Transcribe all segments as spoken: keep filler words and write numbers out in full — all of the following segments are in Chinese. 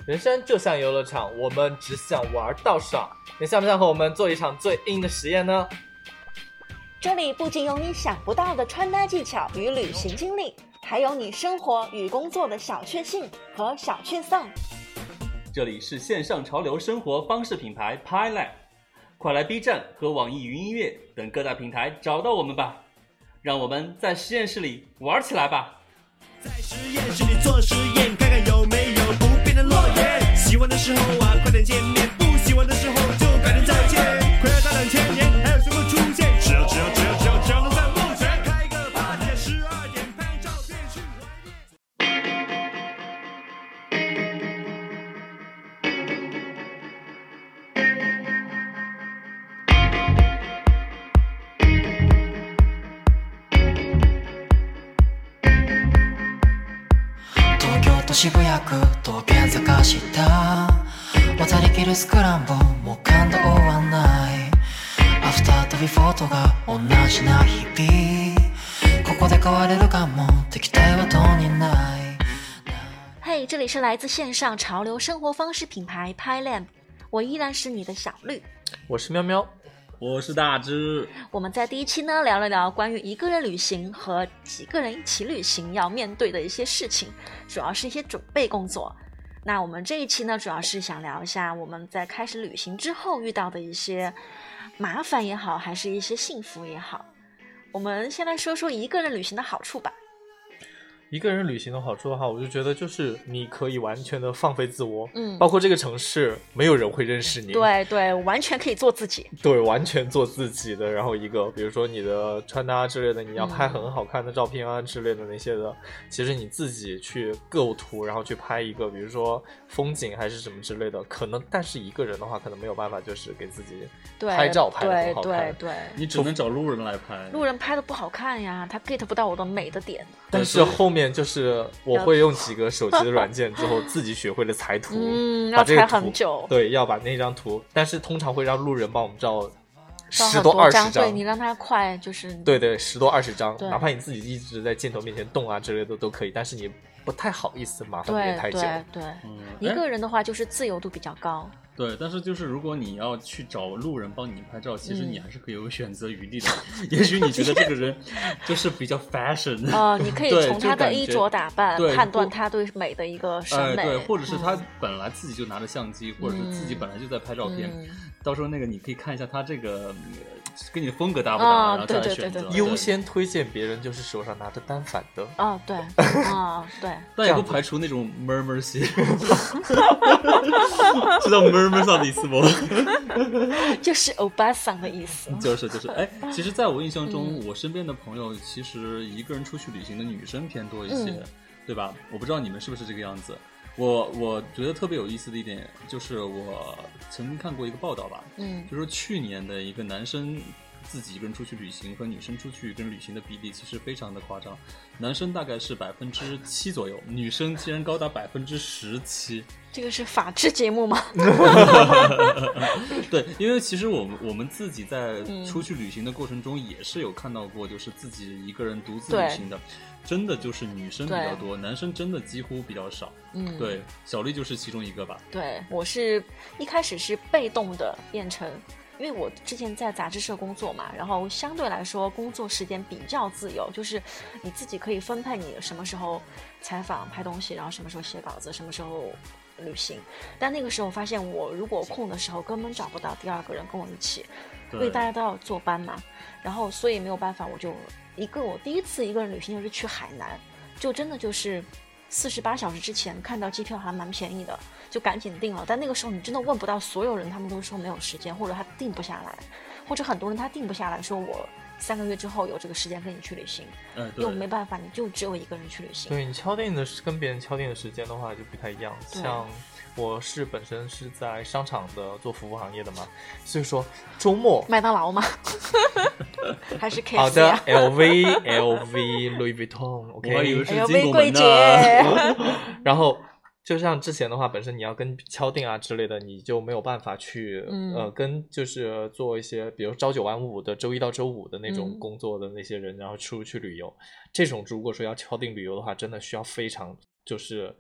人生就像游乐场，我们只想玩到爽。你想不想和我们做一场最硬的实验呢？ 这里不仅有你想不到的穿搭技巧与旅行经历，还有你生活与工作的小确幸和小确丧。 这里是线上潮流生活方式品牌 PieLab， 快来 B 站和网易云音乐等各大平台找到我们吧，让我们在实验室里玩起来吧。 在实验室里做实验，看看有没有不变的诺言。喜欢的时候啊，快点见面；不喜欢的时候就改天再见。快要到两千年，还有什么出现？只要只要只要只要只要能在梦前开个 party， 十二点拍照片去渋谷区東京坂下渡りきるスクランブルもう感動はないアフターとビフォーとが同じな日々ここで変われるかも敵対はとにない嘿、hey, 这里是来自线上潮流生活方式品牌 PieLab， 我依然是你的小绿， 我是喵喵， 我是大只。 我们在第一期呢聊了聊关于一个人旅行和几个人一起旅行要面对的一些事情，主要是一些准备工作。那我们这一期呢主要是想聊一下我们在开始旅行之后遇到的一些麻烦也好，还是一些幸福也好。我们先来说说一个人旅行的好处吧。 一个人旅行的好处的话，我就觉得就是你可以完全的放飞自我， 嗯， 包括这个城市没有人会认识你， 对对，完全可以做自己， 对，完全做自己的。然后一个比如说你的穿搭之类的，你要拍很好看的照片啊之类的那些的、嗯、其实你自己去构图，然后去拍一个比如说风景还是什么之类的，可能但是一个人的话可能没有办法就是给自己拍照拍得很好看， 对对对， 你只能找路人来拍， 路人拍的不好看呀，他 get 不到我的美的点。 但是后面就是我会用几个手机的软件之后自己学会了裁图， 嗯， 把这个图要裁很久， 对，要把那张图，但是通常会让路人帮我们照十多二十张， 对，你让他快就是对对十多二十张，哪怕你自己一直在镜头面前动啊之类的都可以，但是你不太好意思麻烦别人太久。 对对对、嗯，一个人的话就是自由度比较高。 对，但是就是如果你要去找路人帮你拍照，其实你还是可以有选择余地的。嗯、也许你觉得这个人就是比较 fashion， 哦、呃，你可以从他的衣着打扮判断他对美的一个审美， 呃、对，或者是他本来自己就拿着相机，嗯、或者是自己本来就在拍照片，嗯、到时候那个你可以看一下他这个跟你的风格搭不搭， 哦、 然后再来选择。 对对对对， 优先推荐别人就是手上拿着单反的。 哦，对，啊、哦，对， 但也不排除那种 murmur 系，知道 murmur 啥的意思不？ 就是欧巴桑的意思。 就是就是，哎，其实在我印象中，嗯、我身边的朋友其实一个人出去旅行的女生偏多一些，嗯、对吧？我不知道你们是不是这个样子。我我觉得特别有意思的一点就是我曾经看过一个报道吧，嗯，就是说去年的一个男生自己一个人出去旅行和女生出去跟旅行的比例其实非常的夸张，男生大概是百分之七左右，女生竟然高达百分之十七。 这个是法制节目吗？ 对，因为其实我们我们自己在出去旅行的过程中也是有看到过，就是自己一个人独自旅行的，真的就是女生比较多，男生真的几乎比较少。嗯，对，小丽就是其中一个吧。 对，我是一开始是被动的变成。因为我之前在杂志社工作嘛，然后相对来说工作时间比较自由，就是你自己可以分配你什么时候采访拍东西，然后什么时候写稿子，什么时候旅行。但那个时候发现我如果空的时候根本找不到第二个人跟我一起，因为大家都要坐班嘛，然后所以没有办法，我就一个我第一次一个人旅行就是去海南，就真的就是四十八小时之前看到机票还蛮便宜的，就赶紧订了。但那个时候你真的问不到所有人，他们都说没有时间，或者他定不下来，或者很多人他定不下来，说我三个月之后有这个时间跟你去旅行， 嗯， 因为没办法，你就只有一个人去旅行。 对，你敲定的跟别人敲定的时间的话就不太一样。像我是本身是在商场的做服务行业的嘛，所以说周末麦当劳吗？还是 K F C 啊？ 好的 ，L V L V Louis Vuitton，OK，、 okay? L V 柜姐。 然后就像之前的话，本身你要跟敲定啊之类的，你就没有办法去、嗯、呃跟就是做一些比如朝九晚五的周一到周五的那种工作的那些人、嗯、然后出去旅游。这种如果说要敲定旅游的话，真的需要非常就是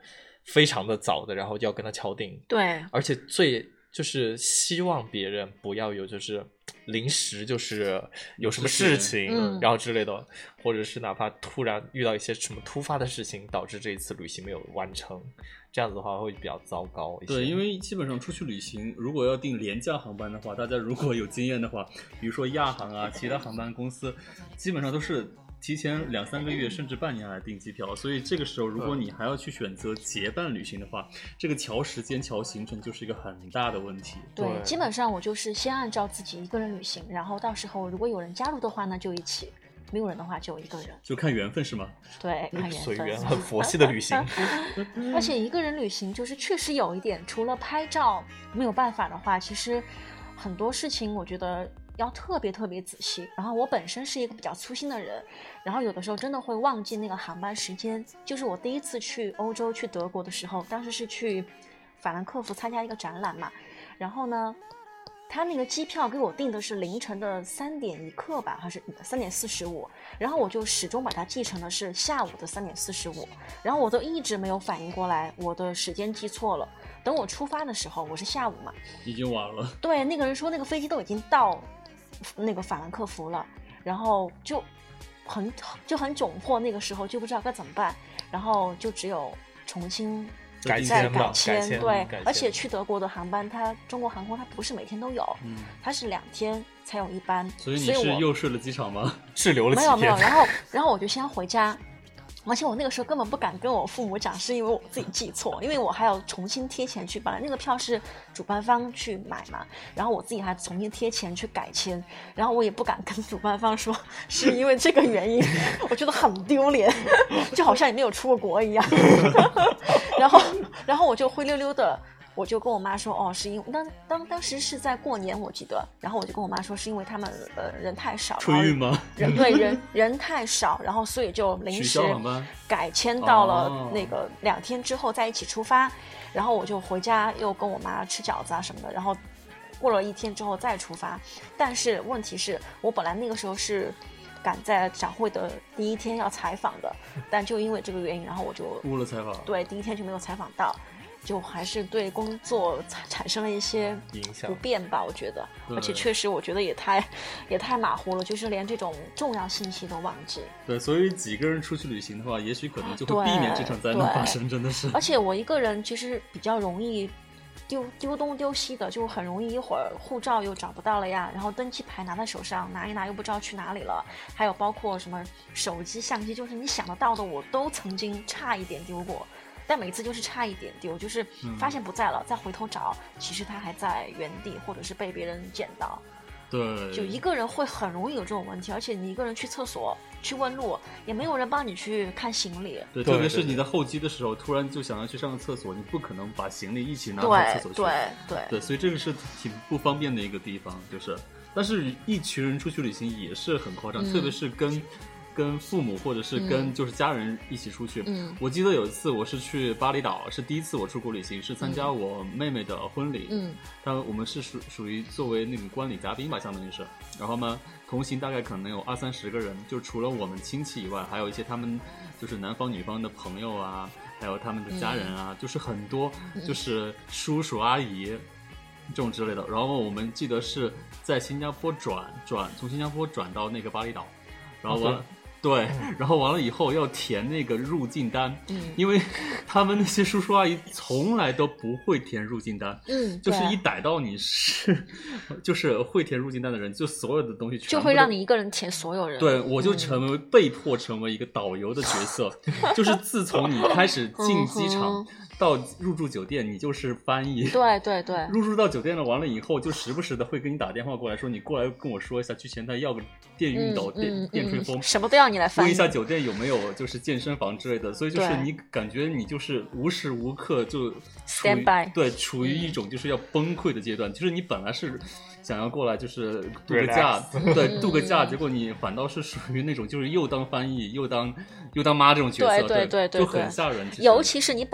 非常的早的，然后要跟他敲定。 对， 而且最就是希望别人不要有就是临时就是有什么事情， 嗯、 然后之类的，或者是哪怕突然遇到一些什么突发的事情，导致这一次旅行没有完成，这样子的话会比较糟糕一些。 对，因为基本上出去旅行，如果要订廉价航班的话，大家如果有经验的话，比如说亚航啊，其他航班公司，基本上都是提前两三个月甚至半年来订机票，所以这个时候如果你还要去选择结伴旅行的话，这个调时间调行程就是一个很大的问题。 对，对，基本上我就是先按照自己一个人旅行，然后到时候如果有人加入的话呢就一起，没有人的话就一个人， 就看缘分是吗？ 对，看缘分， 随缘，很佛系的旅行。 而且一个人旅行就是确实有一点，除了拍照没有办法的话，其实很多事情我觉得要特别特别仔细。然后我本身是一个比较粗心的人，然后有的时候真的会忘记那个航班时间。就是我第一次去欧洲去德国的时候，当时是去法兰克福参加一个展览嘛，然后呢他那个机票给我订的是凌晨的三点一刻吧，还是三点四十五，然后我就始终把它记成的是下午的三点四十五，然后我都一直没有反应过来我的时间记错了。等我出发的时候，我是下午嘛， 已经晚了。 对，那个人说那个飞机都已经到那个法兰克福了，然后就很就很窘迫，那个时候就不知道该怎么办，然后就只有重新改签改签，对， 改签。 而且去德国的航班，它中国航空它不是每天都有， 嗯， 它是两天才有一班。 所以你是又睡了机场吗？ 滞留了几天？ 没有没有，然后然后我就先回家。而且我那个时候根本不敢跟我父母讲，是因为我自己记错，因为我还要重新贴钱去，本来那个票是主办方去买嘛，然后我自己还重新贴钱去改签，然后我也不敢跟主办方说是因为这个原因，我觉得很丢脸，就好像也没有出过国一样。然后然后我就灰溜溜的，我就跟我妈说，哦，是因为当当当时是在过年，我记得，然后我就跟我妈说，是因为他们呃人太少， 春运吗？ 人对人人太少，然后所以就临时改签到了那个两天之后再一起出发，哦、然后我就回家又跟我妈吃饺子啊什么的，然后过了一天之后再出发。但是问题是我本来那个时候是赶在展会的第一天要采访的，但就因为这个原因，然后我就误了采访， 对，第一天就没有采访到。就还是对工作产生了一些不便吧，我觉得，而且确实我觉得也太也太马虎了，就是连这种重要信息都忘记。 对，所以几个人出去旅行的话，也许可能就会避免这场灾难发生，真的是。 而且我一个人其实比较容易丢丢东丢西的，就很容易一会儿护照又找不到了呀，然后登机牌拿在手上拿一拿又不知道去哪里了，还有包括什么手机相机，就是你想得到的我都曾经差一点丢过。但每次就是差一点丢，就是发现不在了、嗯、再回头找，其实它还在原地，或者是被别人捡到。 对， 就一个人会很容易有这种问题，而且你一个人去厕所去问路，也没有人帮你去看行李。 对，特别是你在候机的时候，突然就想要去上个厕所，你不可能把行李一起拿到厕所去。 对对 对, 对，所以这个是挺不方便的一个地方，就是，但是一群人出去旅行也是很夸张、嗯，特别是跟。跟父母或者是跟就是家人一起出去、嗯、我记得有一次我是去巴厘岛，是第一次我出国旅行，是参加我妹妹的婚礼。嗯，他我们是属属于作为那种观礼嘉宾吧，相当于是。然后呢，同行大概可能有二三十个人，就除了我们亲戚以外，还有一些他们就是男方女方的朋友啊，还有他们的家人啊，嗯、就是很多就是叔叔阿姨这种之类的。然后我们记得是在新加坡转转从新加坡转到那个巴厘岛，然后完了。Okay.对，然后完了以后要填那个入境单，嗯，因为他们那些叔叔阿姨从来都不会填入境单，嗯，就是一逮到你是，就是会填入境单的人，就所有的东西全部就会让你一个人填所有人。 对，我就成为、嗯、被迫成为一个导游的角色，就是自从你开始进机场。到入住酒店你就是翻译， 对对对， 入住到酒店了完了以后就时不时的会跟你打电话过来说你过来跟我说一下去前台要个电熨斗、嗯、电、嗯、电吹风、 嗯、什么都要你来翻译， 问一下酒店有没有就是健身房之类的，所以就是你感觉你就是无时无刻就 stand by， 对，处于一种就是要崩溃的阶段、嗯、就是你本来是想要过来就是度个假，对，度个假，结果你反倒是属于那种就是又当翻译又当又当妈这种角色， 对对对对， 就很吓人。 尤其是你本身他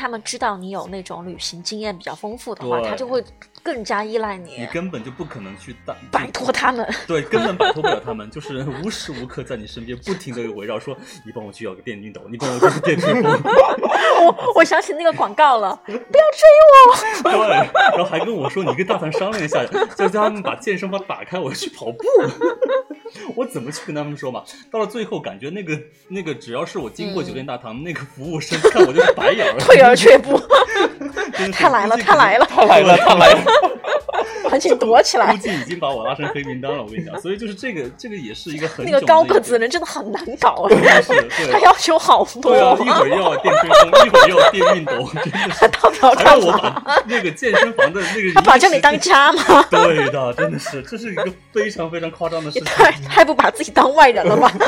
他们知道你有那种旅行经验比较丰富的话， 对他就会更加依赖你， 你根本就不可能去带摆脱他们。 对，根本摆脱不了他们，就是无时无刻在你身边不停的围绕说，你帮我去要个电熨斗，你帮我去电吹风。 我我想起那个广告了，不要追我。对，然后还跟我说，你跟大团商量一下，叫他们把健身房打开，我要去跑步。我怎么去跟他们说嘛？到了最后，感觉那个那个，只要是我经过酒店大堂，嗯、那个服务生看我就是白眼儿， 退而却步。他来了，他来了， 他来了，他来了。 赶紧躲起来！ 估计已经把我拉成黑名单了，我跟你讲。所以就是这个，这个也是一个很那个高个子的人真的很难搞， 真的是，对， 他要求好多。 对啊，一会儿要电吹风，一会儿要电熨斗，真的是。 到底要干嘛？ 还让我把那个健身房的那个， 他把这里当家吗？ 对的，真的是，这是一个非常非常夸张的事情。 太太不把自己当外人了吧？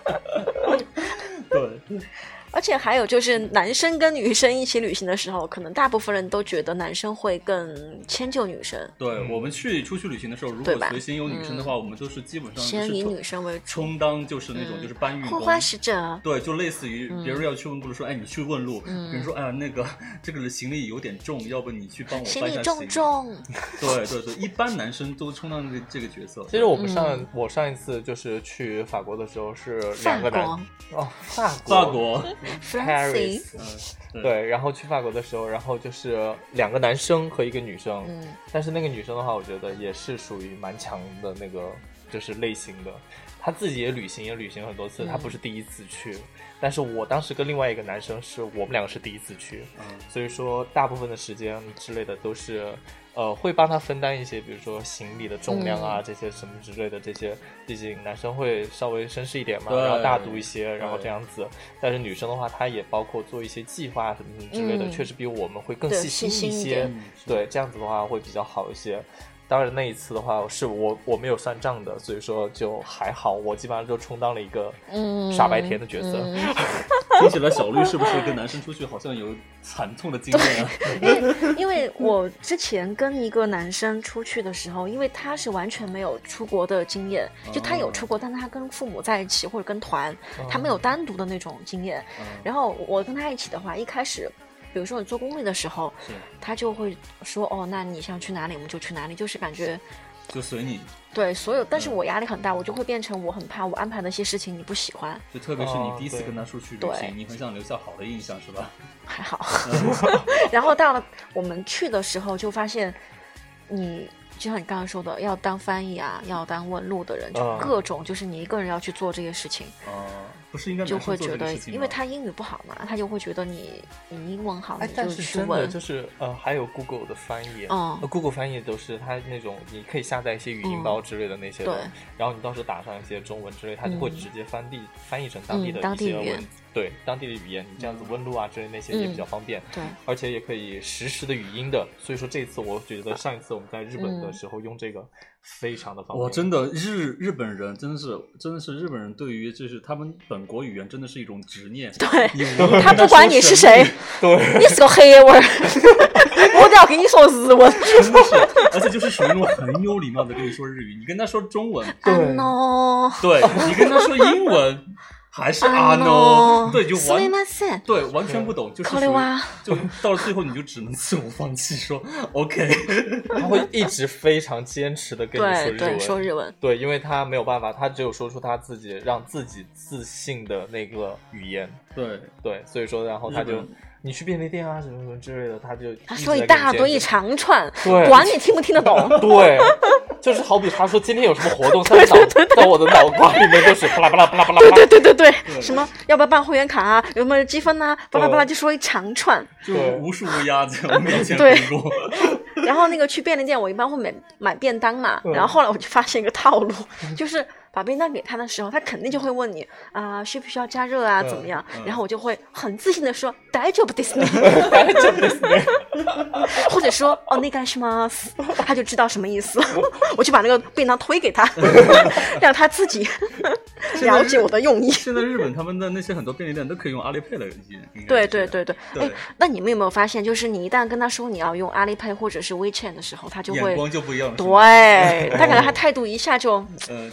对。 而且还有就是，男生跟女生一起旅行的时候，可能大部分人都觉得男生会更迁就女生。 对，我们去出去旅行的时候，如果随行有女生的话，嗯、我们都是基本上先以女生为主， 充当就是那种就是搬运工、 护花使者。 对，就类似于别人要去问路说，嗯、哎，你去问路，嗯、比如说，哎呀，那个这个行李有点重，要不你去帮我搬一下行李。 行李重重。 对对对，一般男生都充当这这个角色。 其实我们上、嗯、我上一次就是去法国的时候是两个男哦，法国法国 ，Paris。 嗯、 对，然后去法国的时候，然后就是两个男生和一个女生，嗯，但是那个女生的话，我觉得也是属于蛮强的那个就是类型的，她自己也旅行也旅行很多次，她不是第一次去，嗯、但是我当时跟另外一个男生是我们两个是第一次去，嗯，所以说大部分的时间之类的都是。呃，会帮他分担一些，比如说行李的重量啊，嗯、这些什么之类的，这些毕竟男生会稍微绅士一点嘛，然后大度一些，然后这样子。但是女生的话，她也包括做一些计划什么什么之类的，嗯、确实比我们会更细心一些。对，对，这样子的话会比较好一些。当然那一次的话是我我没有算账的，所以说就还好，我基本上就充当了一个傻白甜的角色。 嗯嗯、听起来小绿是不是跟男生出去好像有惨痛的经验啊？ 因为因为我之前跟一个男生出去的时候，因为他是完全没有出国的经验，就他有出国，但他跟父母在一起或者跟团，他没有单独的那种经验。然后我跟他一起的话，一开始。比如说你做攻略的时候，他就会说哦，那你想去哪里我们就去哪里，就是感觉就随你。 对，所有，但是我压力很大，我就会变成我很怕我安排的一些事情你不喜欢。 就特别是你第一次跟他出去旅行，你很想留下好的印象，是吧？ 还好。然后到了我们去的时候，就发现你。就像你刚刚说的，要当翻译啊，要当问路的人，就各种，就是你一个人要去做这些事情。 哦、呃，不是应该就会觉得，因为他英语不好嘛，他就会觉得你你英文好，你就去问。 真的就是呃，还有 Google 的翻译，嗯、呃、，Google 翻译都是它那种，你可以下载一些语音包之类的那些的，嗯、然后你到时候打上一些中文之类，它就会直接翻译、嗯、翻译成当地的一些文。嗯对当地的语言，你这样子问路啊之类那些也比较方便， 嗯、对， 而且也可以实时的语音的，所以说这次我觉得上一次我们在日本的时候用这个非常的方便。 哇，真的日日本人真的是真的是日本人对于就是他们本国语言真的是一种执念， 对，他不管你是谁， 对， 你是个黑味儿，我都要跟你说日文， 真的是，而且就是属于那种很有礼貌的跟你说日语，你跟他说中文， 对，啊、 对你跟他说英文。还是啊 no， 对，就完对完全不懂，就是就到了最后你就只能自我放弃，说 OK， 他会一直非常坚持的跟你说日文， 对对，说日文， 对，因为他没有办法，他只有说出他自己让自己自信的那个语言， 对对，所以说然后他就。你去便利店啊什么什么之类的，他就他说一大堆一长串， 对， 管你听不听得懂。 对，就是好比他说今天有什么活动，在脑在我的脑瓜里面都是巴拉巴拉巴拉巴拉。 对对对对对，什么要不要办会员卡啊？有没有积分啊？巴拉巴拉就说一长串， 就无数乌鸦在我面前飞过。 然后那个去便利店，我一般会买买便当嘛，然后后来我就发现一个套路，就是把便当给他的时候，他肯定就会问你啊、呃，需不需要加热啊，怎么样？然后我就会很自信的说，大丈夫ですね， 大丈夫ですね， 或者说お願いします，他就知道什么意思。我就把那个便当推给他，让他自己了解我的用意。 现在日本他们的那些很多便利店都可以用阿里 Pay 来用。 对对对对，哎，那你们有没有发现，就是你一旦跟他说你要用阿里 Pay 或者是 WeChat 的时候，他就会眼光就不一样了。 对，他感觉他态度一下就呃就很傲慢。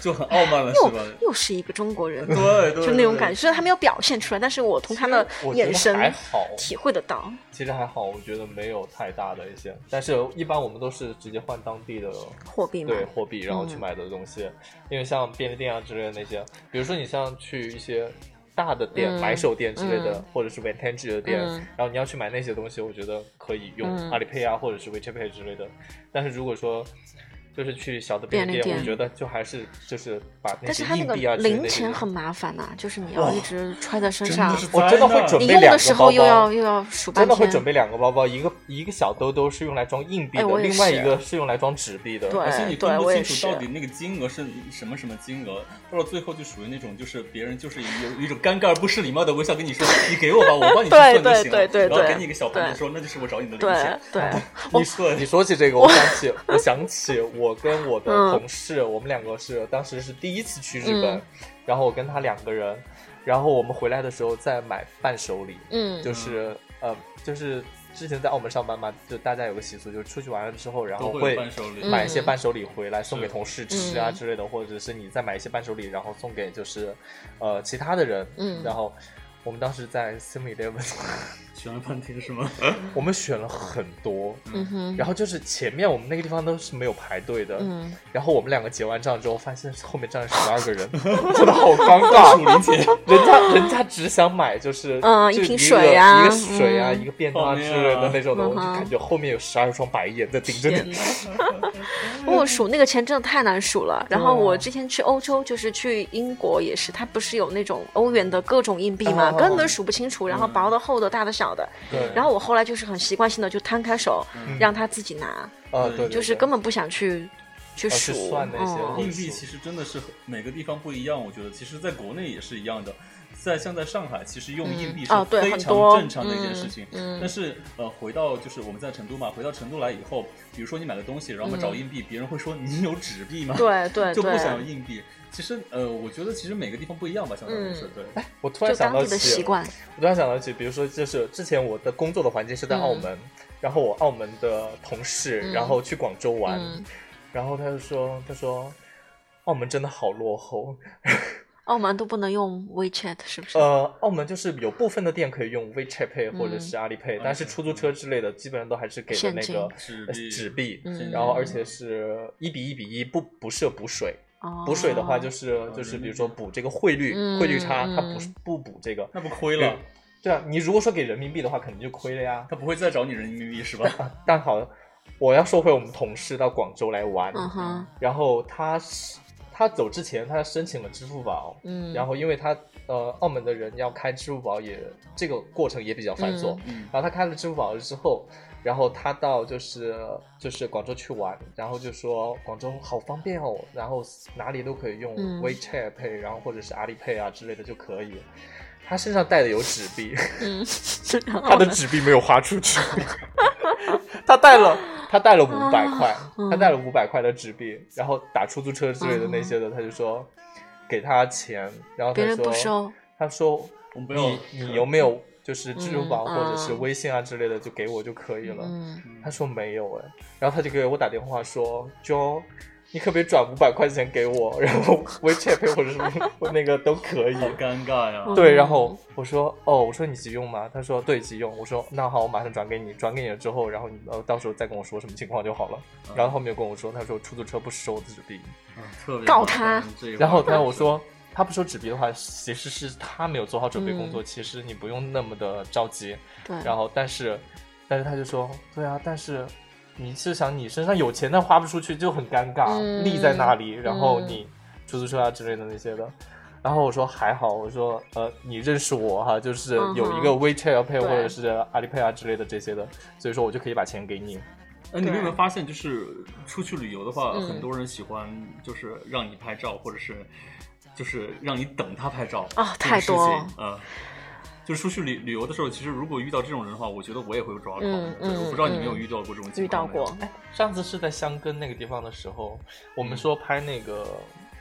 漫了是吧？ 又又是一个中国人， 对对， 就那种感觉，虽然他没有表现出来，但是我从他的眼神还好体会得到。 其实还好，我觉得没有太大的一些，但是一般我们都是直接换当地的货币嘛， 对货币，然后去买的东西。嗯、因为像便利店啊之类的那些，比如说你像去一些大的店、嗯、买手店之类的，嗯、或者是 vintage 的店、嗯，然后你要去买那些东西，我觉得可以用阿里 pay 啊，或者是 WeChat Pay 之类的。但是如果说就是去小的便利店，我觉得就还是就是把那些硬币啊， 但是它那个零钱很麻烦呐、啊，就是你要一直揣在身上。 我真的会准备两个包包， 你用的时候又要又要数半天。 真的会准备两个包包，一个一个小兜兜是用来装硬币的， 哎、 另外一个是用来装纸币的。 对， 而且你分不清楚到底那个金额是什么什么金额，到了最后就属于那种就是别人就是有一种尴尬而不失礼貌的微笑跟你说：“你给我吧，我帮你去算就行了。” 对对对对， 然后给你一个小盘子说：“那就是我找你的零钱。” 对对， 你说你说起这个，我想起我想起我跟我的。同事，我们两个是当时是第一次去日本、嗯，然后我跟他两个人，然后我们回来的时候再买伴手礼，嗯，就是呃，就是之前在澳门上班嘛，就大家有个习俗，就是出去玩了之后，然后会买一些伴手礼回来送给同事吃啊之类的，或者是你再买一些伴手礼，然后送给就是呃其他的人，嗯，然后我们当时在 seven eleven 选了半天是吗？ 我们选了很多，嗯哼，然后就是前面我们那个地方都是没有排队的，嗯，然后我们两个结完账之后，发现后面站了十二个人，真的好尴尬。 数零钱， 人家人家只想买就是嗯一瓶水啊， 一个水啊，嗯、一个便当啊之类的那种的，我、嗯、就感觉后面有十二双白眼在盯着你。 我数那个钱真的太难数了。然后我之前去欧洲，就是去英国也是，它不是有那种欧元的各种硬币嘛，啊、根本数不清楚，然后薄的、厚的、大的、小的。 对。 然后我后来就是很习惯性的就摊开手，嗯、让他自己拿。 啊，对, 对, 对， 就是根本不想去去数。 啊、去算那些、 嗯、硬币，其实真的是每个地方不一样。我觉得，其实在国内也是一样的。在像在上海，其实用硬币是非常正常的一件事情。嗯哦嗯、但是呃，回到就是我们在成都嘛，回到成都来以后，比如说你买个东西，然后我们找硬币，嗯、别人会说你有纸币吗？ 对对， 就不想有硬币。其实呃，我觉得其实每个地方不一样吧，相当于是、嗯、对。 哎，我突然想到起， 就当地的习惯。 我突然想到起，比如说就是之前我的工作的环境是在澳门，嗯、然后我澳门的同事，嗯、然后去广州玩，嗯、然后他就说，他说澳门真的好落后。 澳门都不能用 WeChat 是不是？ 呃，澳门就是有部分的店可以用 WeChat Pay 或者是阿里 Pay，、嗯、但是出租车之类的基本上都还是给的那个纸币，嗯、然后而且是一比一比一，不不设补水。哦、补水的话就是就是比如说补这个汇率、嗯、汇率差，它不不补这个， 那不亏了？ 对啊，你如果说给人民币的话，肯定就亏了呀。 他不会再找你人民币是吧？ 啊、但好，我要说回我们同事到广州来玩， 嗯、 然后他是。他走之前，他申请了支付宝，嗯，然后因为他呃，澳门的人要开支付宝也这个过程也比较繁琐，嗯，然后他开了支付宝之后，然后他到就是就是广州去玩，然后就说广州好方便哦，然后哪里都可以用 WeChat Pay，、嗯、然后或者是阿里 Pay 啊之类的就可以。他身上带的有纸币，嗯，他的纸币没有花出去，他带了。他带了五百块，他带了五百块的纸币，然后打出租车之类的那些的，他就说给他钱，然后他说， 别人不收， 他说你你有没有就是支付宝或者是微信啊之类的，就给我就可以了。嗯、他说没有哎，然后他就给我打电话说 ，Jo， 你可不可以转五百块钱给我，然后 WeChat Pay 或者是那个都可以。 好尴尬呀。 对，然后我说哦，我说你急用吗？他说对，急用。我说那好，我马上转给你，转给你了之后，然后你呃到时候再跟我说什么情况就好了。嗯、然后后面跟我说，他说出租车不收纸币， 嗯、特别告他。 然后他我说他不收纸币的话，其实是他没有做好准备工作，嗯、其实你不用那么的着急。 对。 然后但是但是他就说对啊，但是。你是想你身上有钱但花不出去就很尴尬，嗯、立在那里，然后你出租车啊之类的那些的，嗯、然后我说还好，我说呃你认识我哈，就是有一个 WeChat Pay 或者是阿里 Pay 啊之类的这些的，所以说我就可以把钱给你。 呃，你有没有发现，就是出去旅游的话，很多人喜欢就是让你拍照，或者是就是让你等他拍照啊、哦，太多啊。呃就是出去旅旅游的时候，其实如果遇到这种人的话，我觉得我也会抓狂。嗯嗯，我不知道你没有遇到过这种情况。 遇到过。 哎，上次是在香根那个地方的时候，我们说拍那个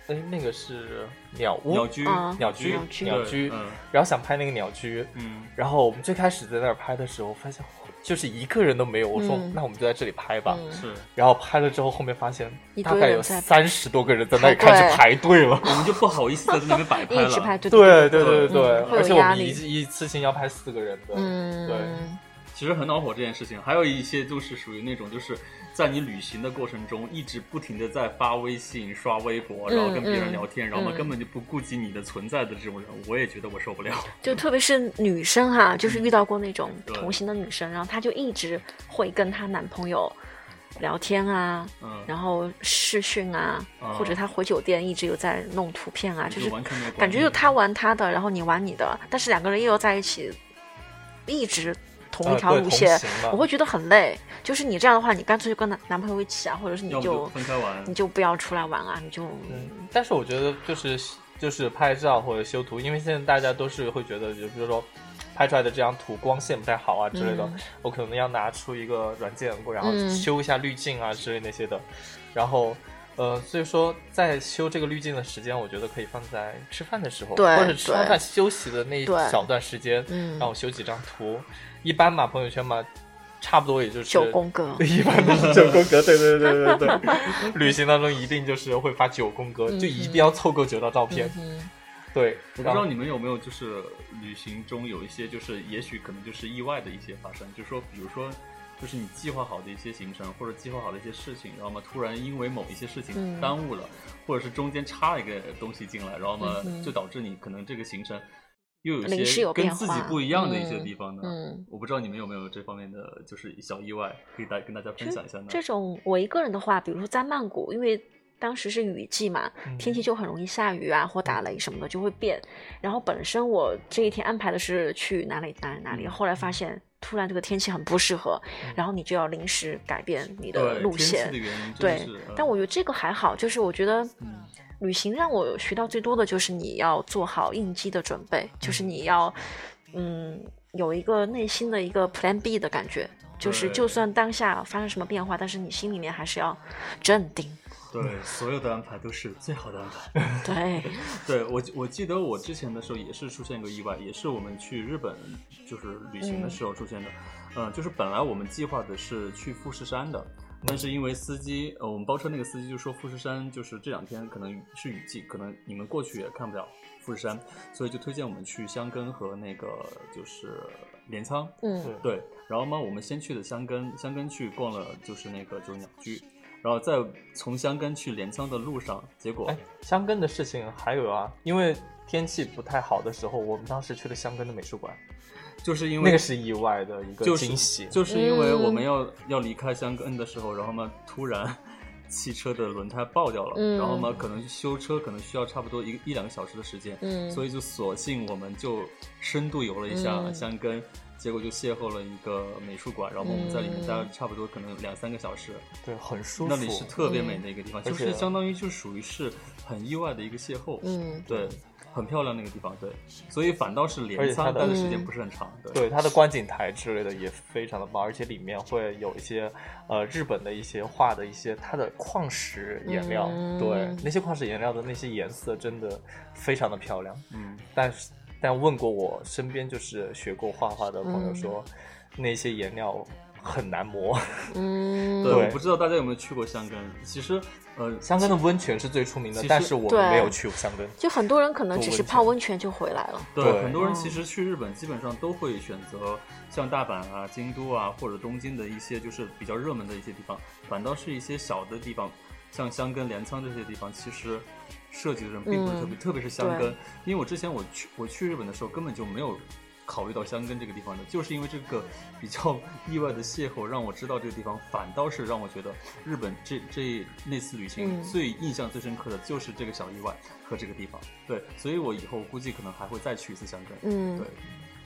哎，那个是鸟屋、 鸟居、 啊鸟居、 鸟居鸟居， 嗯然后想拍那个鸟居， 嗯， 然后我们最开始在那儿拍的时候，发现就是一个人都没有。我说、 嗯那我们就在这里拍吧。 嗯是， 然后拍了之后，后面发现一大概有堆人在三十多个人在那里排队开始排队了。 我们就不好意思在那边摆拍了。 一直排队， 对对对对嗯对， 会有而且我压力们一一次性要拍四个人的。 嗯， 对， 其实很恼火这件事情，还有一些就是属于那种就是在你旅行的过程中，一直不停的在发微信、刷微博，然后跟别人聊天， 嗯、 然后呢根本就不顾及你的存在的这种人，我也觉得我受不了。 就特别是女生哈，就是遇到过那种同行的女生，然后她就一直会跟她男朋友聊天啊， 嗯， 然后视讯啊， 嗯或者她回酒店一直有在弄图片啊，就是完全没有感觉就她玩她的，然后你玩你的，但是两个人又要在一起，一直。同一条路线、 呃， 我会觉得很累。就是你这样的话，你干脆就跟男男朋友一起啊，或者是你就, 就分开玩， 你就不要出来玩啊，你就。 嗯，但是我觉得就是就是拍照或者修图，因为现在大家都是会觉得，就比如说拍出来的这张图光线不太好啊之类的，嗯、我可能要拿出一个软件，然后修一下滤镜啊之类那些的，嗯、然后。呃，所以说在修这个滤镜的时间，我觉得可以放在吃饭的时候，或者吃完饭休息的那一小段时间， 嗯， 让我修几张图。一般嘛，朋友圈嘛，差不多也就是九宫格， 一般都是九宫格，对对对对对对。旅行当中一定就是会发九宫格， 嗯、 就一定要凑够九张照片。 嗯、 对， 我不知道你们有没有就是旅行中有一些就是也许可能就是意外的一些发生，就是说比如说。就是你计划好的一些行程或者计划好的一些事情，然后嘛突然因为某一些事情耽误了，嗯、或者是中间插了一个东西进来，然后嘛、嗯、就导致你可能这个行程又有一些跟自己不一样的一些地方呢。 嗯， 我不知道你们有没有这方面的就是小意外，可以大跟大家分享一下呢？ 这种我一个人的话，比如说在曼谷，因为当时是雨季嘛，天气就很容易下雨啊，或打雷什么的就会变。然后本身我这一天安排的是去哪里哪里哪里，后来发现突然这个天气很不适合，然后你就要临时改变你的路线。 对，天气的原因对，但我觉得这个还好，就是我觉得旅行让我学到最多的就是你要做好应激的准备，就是你要嗯有一个内心的一个 plan B 的感觉，就是就算当下发生什么变化，但是你心里面还是要镇定。 对，所有的安排都是最好的安排。 对， 对我我记得我之前的时候也是出现一个意外，也是我们去日本就是旅行的时候出现的。嗯、呃，就是本来我们计划的是去富士山的，但是因为司机呃我们包车那个司机就说富士山就是这两天可能是雨季，可能你们过去也看不了富士山，所以就推荐我们去箱根和那个就是镰仓。 嗯， 对，然后嘛我们先去的箱根，箱根去逛了就是那个就是鸟居。然后在从箱根去镰仓的路上，结果哎，箱根的事情还有啊，因为天气不太好的时候，我们当时去了箱根的美术馆， 就是因为那个是意外的一个惊喜， 就是、就是因为我们要、嗯、要离开箱根的时候，然后嘛突然汽车的轮胎爆掉了， 嗯、 然后嘛可能修车可能需要差不多一个一两个小时的时间， 嗯， 所以就索性我们就深度游了一下箱根。嗯，结果就邂逅了一个美术馆，然后我们在里面待了差不多可能两三个小时， 对，很舒服。 那里是特别美的一个地方， 嗯、 就是相当于就属于是很意外的一个邂逅， 嗯， 对，很漂亮那个地方，对，所以反倒是镰仓待的时间不是很长，对， 对，它的观景台之类的也非常的棒，而且里面会有一些呃日本的一些画的一些它的矿石颜料， 嗯、 对，那些矿石颜料的那些颜色真的非常的漂亮， 嗯， 但是。但问过我身边就是学过画画的朋友说， 嗯、 那些颜料很难磨。 嗯， 对，我不知道大家有没有去过箱根。其实，呃， 箱根的温泉是最出名的，但是我们没有去过箱根。 就很多人可能只是泡温泉就回来了。 对，对很多人其实去日本基本上都会选择像大阪啊、京都啊或者东京的一些就是比较热门的一些地方，反倒是一些小的地方，像箱根、镰仓这些地方，其实。设计的人并不是特别、嗯，特别是箱根，因为我之前我去我去日本的时候根本就没有考虑到箱根这个地方的，就是因为这个比较意外的邂逅，让我知道这个地方，反倒是让我觉得日本这这那次旅行最印象最深刻的就是这个小意外和这个地方。对，所以我以后估计可能还会再去一次箱根。 嗯， 对。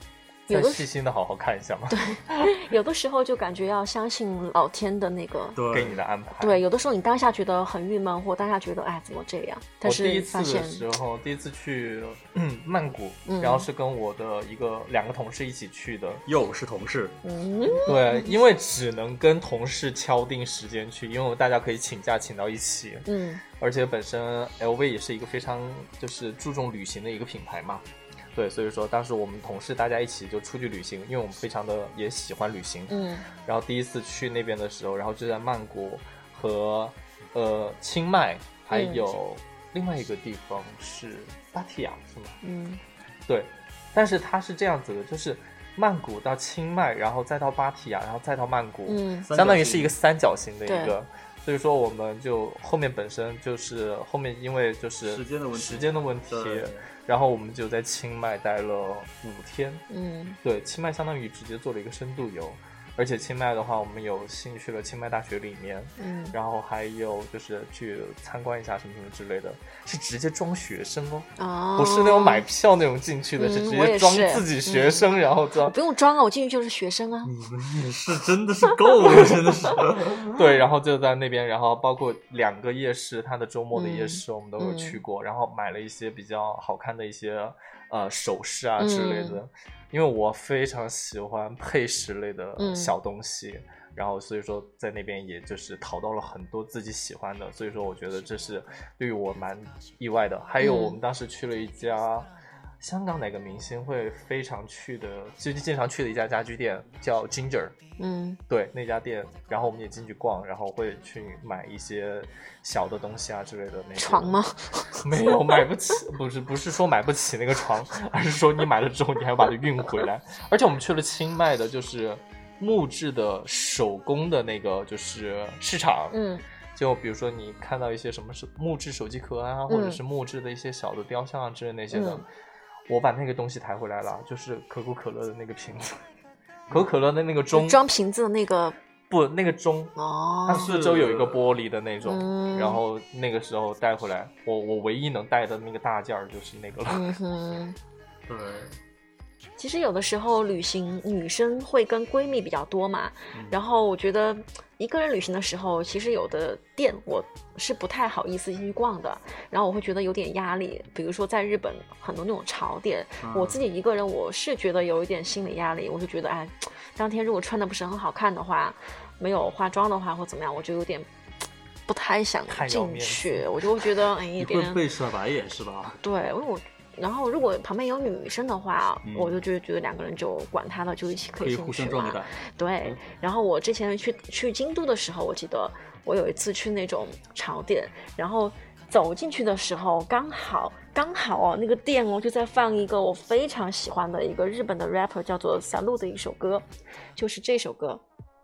有的再细心的好好看一下嘛。 对，有的时候就感觉要相信老天的那个给你的安排。 对，有的时候你当下觉得很郁闷，或当下觉得哎怎么这样，但是我第一次发现的时候，第一次去、嗯、曼谷、 嗯， 然后是跟我的一个两个同事一起去的。 又是同事， 嗯， 对，因为只能跟同事敲定时间去，因为大家可以请假请到一起。 嗯， 而且本身 L V 也是一个非常就是注重旅行的一个品牌嘛。对，所以说当时我们同事大家一起就出去旅行，因为我们非常的也喜欢旅行。 嗯， 然后第一次去那边的时候，然后就在曼谷和呃清迈，还有另外一个地方是芭提雅，是吗？ 嗯， 对，但是它是这样子的，就是曼谷到清迈，然后再到芭提雅，然后再到曼谷， 嗯， 相当于是一个三角形的一对个。所以说我们就后面本身就是后面因为就是时间的问题时间的问题， 对然后我们就在清迈待了五天。 嗯， 对，清迈相当于直接做了一个深度游，而且清迈的话，我们有幸去了清迈大学里面， 嗯， 然后还有就是去参观一下什么什么之类的，是直接装学生哦， 哦， 不是那种买票那种进去的， 嗯是直我也接装是自己学生， 嗯然后装不用装啊，我进去就是学生啊。 你们也是真的是够了，真的是。 对，然后就在那边，然后包括两个夜市，它的周末的夜嗯市我们都有去过，然后买了一些比较好看的一些呃首饰啊之类的， 嗯因为我非常喜欢配饰类的嗯小东西，然后所以说在那边也就是淘到了很多自己喜欢的，所以说我觉得这是对于我蛮意外的。还有嗯我们当时去了一家香港哪个明星会非常去的，就经常去的一家家居店叫 Ginger。 嗯对，那家店，然后我们也进去逛，然后会去买一些小的东西啊之类的那些。 床吗？ 没有，买不起，不是不是说买不起那个床，而是说你买了之后你还要把它运回来。而且我们去了清迈的，就是木质的手工的那个就是市场， 嗯就比如说你看到一些什么是木质手机壳啊，或者是木质的一些小的雕像啊之类那些的， 嗯我把那个东西抬回来了，就是可口可乐的那个瓶子。可口可乐的那个钟， 装瓶子的那个不，那个钟， 哦， 它四周有一个玻璃的那种， 嗯然后那个时候带回来，我我唯一能带的那个大件儿就是那个了。 嗯哼。 对， 其实有的时候旅行，女生会跟闺蜜比较多嘛， 嗯然后我觉得一个人旅行的时候，其实有的店我是不太好意思进去逛的，然后我会觉得有点压力。比如说在日本很多那种潮店， 嗯我自己一个人我是觉得有一点心理压力，我就觉得哎，当天如果穿的不是很好看的话，没有化妆的话或怎么样，我就有点不太想进太要面去，我就会觉得哎， 你别人会被甩白眼是吧？ 对，因为我。然后，如果旁边有女生的话， 嗯我就觉得觉得两个人就管他的，就一起可可以以进去嘛互相壮着胆。 对嗯， 然后我之前去去京都的时候，我记得我有一次去那种潮店，然后走进去的时候，刚好刚好哦，那个店哦就在放一个我非常喜欢的一个日本的 rapper 叫做 Salu 的一首歌，就是这首歌。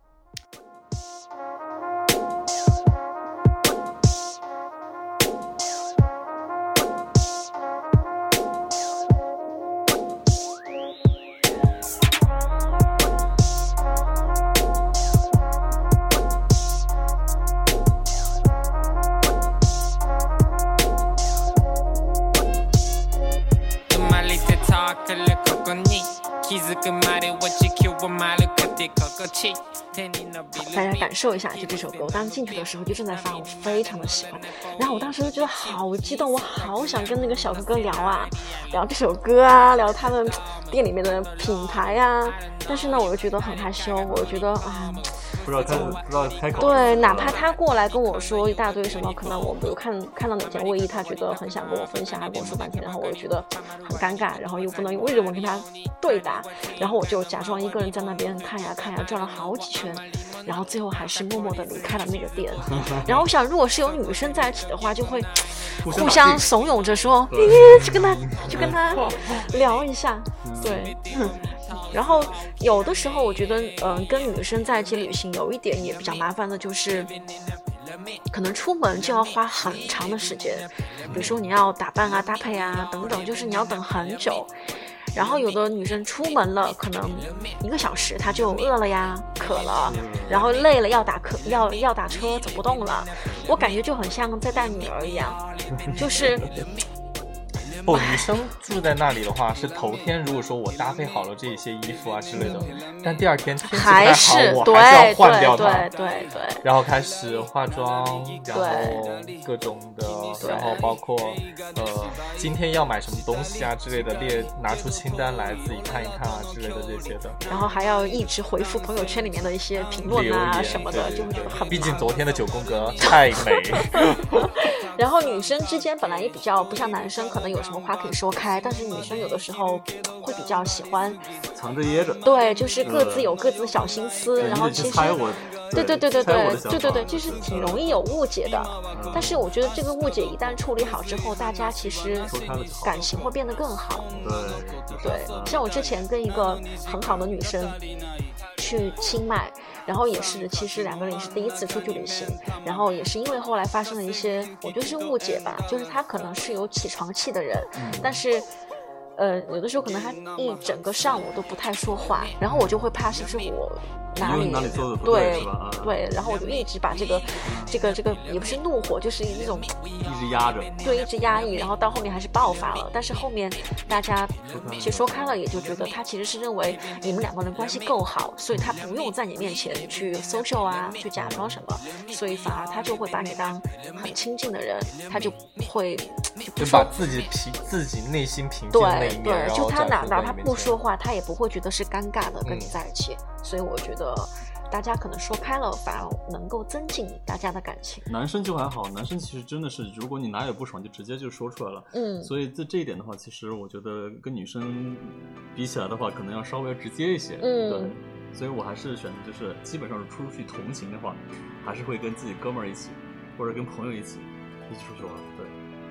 大家感受一下，就这首歌，我当时进去的时候就正在放，我非常的喜欢。然后我当时就觉得好激动，我好想跟那个小哥哥聊啊，聊这首歌啊，聊他们店里面的品牌啊。但是呢，我又觉得很害羞，我又觉得啊。 不知道开不知道开口。 对，哪怕他过来跟我说一大堆什么，可能我比如看看到哪件卫衣，他觉得很想跟我分享，还跟我说半天，然后我就觉得很尴尬，然后又不能用日文跟他对答，然后我就假装一个人在那边看呀看呀，转了好几圈，然后最后还是默默的离开了那个店。然后我想，如果是有女生在一起的话，就会互相怂恿着说，咦，去跟他去跟他聊一下，对。然后有的时候我觉得嗯、呃，跟女生在一起旅行有一点也比较麻烦的就是可能出门就要花很长的时间，比如说你要打扮啊搭配啊等等，就是你要等很久。然后有的女生出门了可能一个小时她就饿了呀渴了，然后累了要打车要要打车走不动了，我感觉就很像在带女儿一样，就是不，女生住在那里的话，是头天如果说我搭配好了这些衣服啊之类的，但第二天天气不太好，我对还是要换掉它， 对对对对， 然后开始化妆，然后各种的，然后包括呃今天要买什么东西啊之类的，列拿出清单来自己看一看啊之类的这些的， 然后还要一直回复朋友圈里面的一些评论啊什么的， 对对对， 就会觉得很忙。 毕竟昨天的九宫格太美。 然后女生之间本来也比较不像男生，可能有什么话可以说开，但是女生有的时候会比较喜欢藏着掖着， 对，就是各自有各自的小心思，然后其实猜我， 对对对对对对对对， 对， 就是挺容易有误解的。但是我觉得这个误解一旦处理好之后，大家其实感情会变得更好。 对对，像我之前跟一个很好的女生去清迈，然后也是其实两个人也是第一次出去旅行，然后也是因为后来发生了一些我觉得是误解吧，就是她可能是有起床气的人，但是呃有的时候可能她一整个上午都不太说话，然后我就会怕是不是我哪里哪里做的不对是吧？ 对，然后我就一直把这个这个这个也不是怒火，就是一种一直压着， 对，一直压抑，然后到后面还是爆发了。但是后面大家其实说开了，也就觉得他其实是认为你们两个人关系够好，所以他不用在你面前去 social 啊，去假装什么，所以反而他就会把你当很亲近的人，他就会就把自己平自己内心平静的那一面， 对对，就他哪哪他不说话， 话，他也不会觉得是尴尬的跟你在一起。嗯、所以我觉得大家可能说开了，反而能够增进大家的感情。 男生就还好，男生其实真的是，如果你哪有不爽，就直接就说出来了。 嗯， 所以在这一点的话，其实我觉得跟女生比起来的话，可能要稍微直接一些。 嗯， 对。所以我还是选择就是基本上是出去同行的话，还是会跟自己哥们儿一起，或者跟朋友一起一起出去玩。对。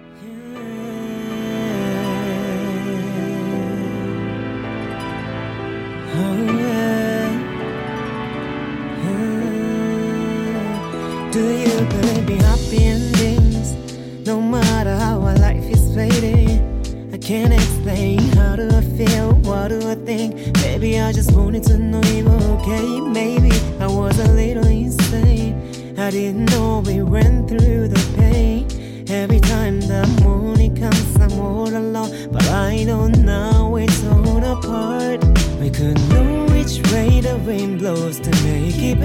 Do you believe in happy endings? No matter how our life is fading, I can't explain. How do I feel? What do I think? Maybe I just wanted to know you were okay. Maybe I was a little insane. I didn't know we went through the pain. Every time the morning comes, I'm all alone. But I know now it's all apart. We could know which way the wind blows to make it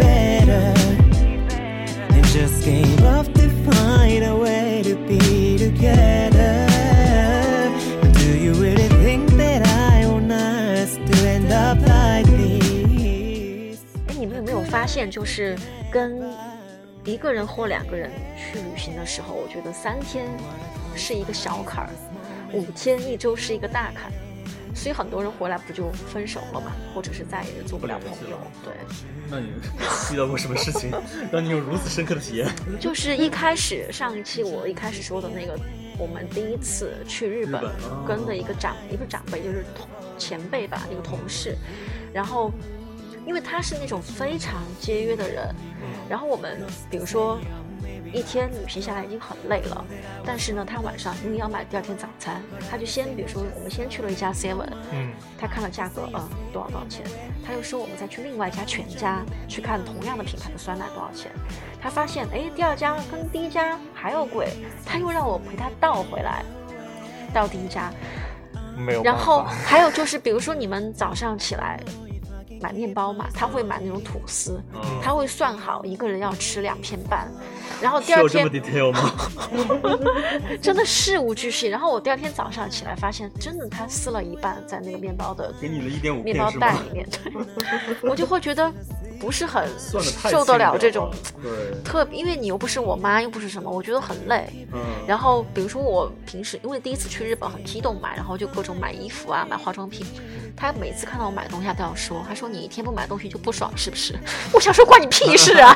better.Just gave up to find a way to be together. But do you really think that I want us to end up like this? 哎，你们有没有发现，就是跟一个人或两个人去旅行的时候，我觉得三天是一个小坎儿，五天一周是一个大坎。所以很多人回来不就分手了嘛，或者是再也做不了朋友。对， 那你遇到过什么事情让你有如此深刻的体验？ 就是一开始上一期我一开始说的那个，我们第一次去日本， 日本哦、 跟的一个长一个长辈，就是同前辈吧，一个同事，然后因为他是那种非常节约的人，然后我们比如说一天旅行下来已经很累了，但是呢他晚上因为要买第二天早餐，他就先比如说我们先去了一家 seven， 嗯，他看了价格，嗯，多少多少钱，他又说我们再去另外一家全家去看同样的品牌的酸奶多少钱，他发现哎第二家跟第一家还要贵，他又让我陪他倒回来到第一家， 没有办法。 然后还有就是比如说你们早上起来买面包嘛，他会买那种吐司，嗯、他会算好一个人要吃两片半，然后第二天有这么 detail 吗？ 真的事无巨细。然后我第二天早上起来发现，真的他撕了一半在那个面包的给你了一点五面包袋里面，对，我就会觉得不是很受得了这种特别，因为你又不是我妈，又不是什么，我觉得很累。嗯、然后比如说我平时因为第一次去日本很激动嘛，然后就各种买衣服啊，买化妆品。他每次看到我买东西，他都要说，他说你一天不买东西就不爽是不是？我想说关你屁事啊！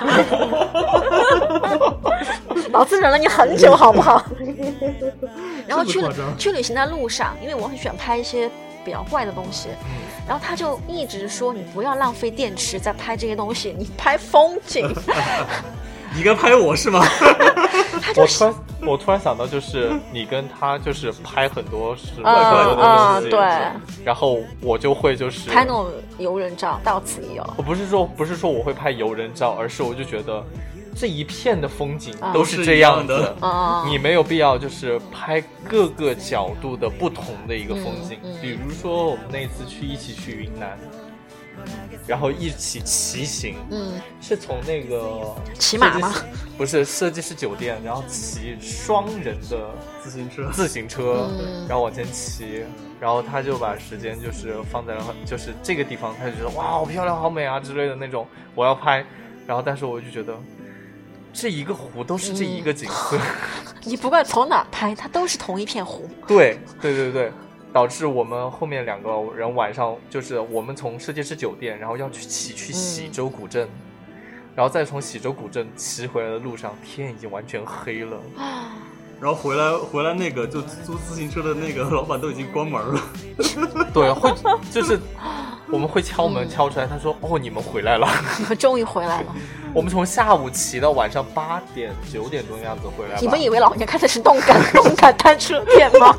老子忍了你很久好不好？然后去去旅行的路上，因为我很喜欢拍一些比较怪的东西，然后他就一直说你不要浪费电池在拍这些东西，你拍风景。 你该拍我是吗？ 我突然我突然想到，就是你跟他就是拍很多是外国的东西， 对， 然后我就会就是拍那种游人照，到此一游。 我不是说不是说我会拍游人照，而是我就觉得这一片的风景啊都是这样都是一子样， 啊你没有必要就是拍各个角度的不同的一个风景。 嗯嗯比如说我们那一次去一起去云南，然后一起骑行， 嗯， 是从那个骑马吗设计师？不是，设计师酒店，然后骑双人的自行车， 自行车， 嗯然后往前骑，然后他就把时间就是放在了就是这个地方，他就觉得哇好漂亮好美啊之类的那种，我要拍，然后但是我就觉得这一个湖都是这一个景色， 你不管从哪拍，它都是同一片湖。 对对对对，导致我们后面两个人晚上就是我们从设计师酒店，然后要去骑去喜洲古镇。然后再从喜洲古镇骑回来的路上，天已经完全黑了。 然后回来回来那个就租自行车的那个老板都已经关门了。 对，会就是我们会敲门敲出来，他说：“哦，你们回来了。” 你们终于回来了。 我们从下午骑到晚上八点九点钟的样子回来吧。 你们以为老年开的是动感动感单车店吗？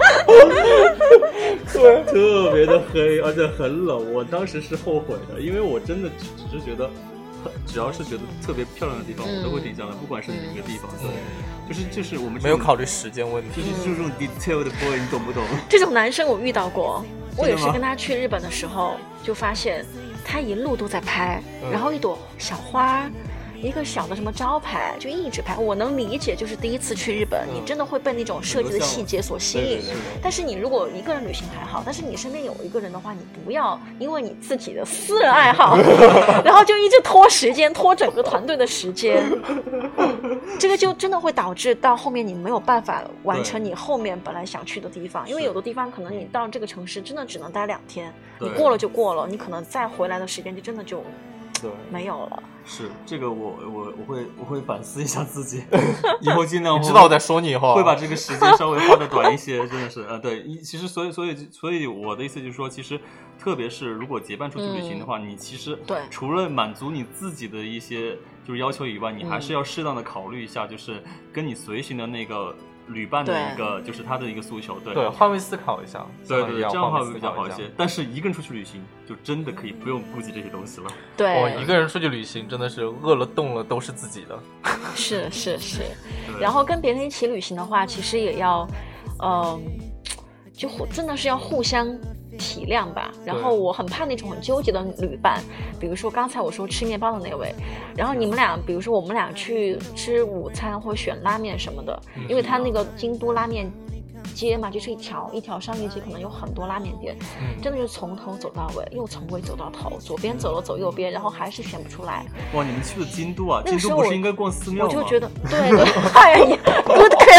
对，特别的黑，而且很冷。我当时是后悔的，因为我真的只只是觉得。只要是觉得特别漂亮的地方， 嗯、 我都会停下来，不管是哪个地方。对，嗯、就是就是我们没有考虑时间问题， 就是这种 detail 的 boy， 你懂不懂？ 这种男生我遇到过，我也是跟他去日本的时候，就发现他一路都在拍， 嗯、 然后一朵小花。一个小的什么招牌就一直拍，我能理解，就是第一次去日本，嗯、你真的会被那种设计的细节所吸引。但是你如果一个人旅行还好，但是你身边有一个人的话，你不要因为你自己的私人爱好，然后就一直拖时间，拖整个团队的时间，这个就真的会导致到后面你没有办法完成你后面本来想去的地方，因为有的地方可能你到这个城市真的只能待两天，你过了就过了，你可能再回来的时间就真的就对没有了。 是这个我我我会我会反思一下自己，以后尽量你知道我在说你话， 会把这个时间稍微花的短一些，真的是啊，对，其实所以所以所以我的意思就是说，其实特别是如果结伴出去旅行的话，嗯、你其实对除了满足你自己的一些就是要求以外，你还是要适当的考虑一下，就是跟你随行的那个。旅伴的一个就是他的一个诉求，对对，换位思考一下， 对对，这样的话会比较好一些。但是一个人出去旅行，就真的可以不用顾及这些东西了。 对， 我一个人出去旅行真的是饿了冻了都是自己的。 是是是，然后跟别人一起旅行的话，其实也要，嗯、呃，就真的是要互相体谅吧。然后我很怕那种很纠结的旅伴，比如说刚才我说吃面包的那位，然后你们俩，比如说我们俩去吃午餐或选拉面什么的，因为他那个京都拉面街嘛，就是一条一条商业街，可能有很多拉面店， 嗯、 真的是从头走到尾，又从尾走到头，左边走了走右边，然后还是选不出来。 哇，你们去了京都啊？京都不是应该逛寺庙吗？ 我就觉得，对对，哎呀，你 good question 。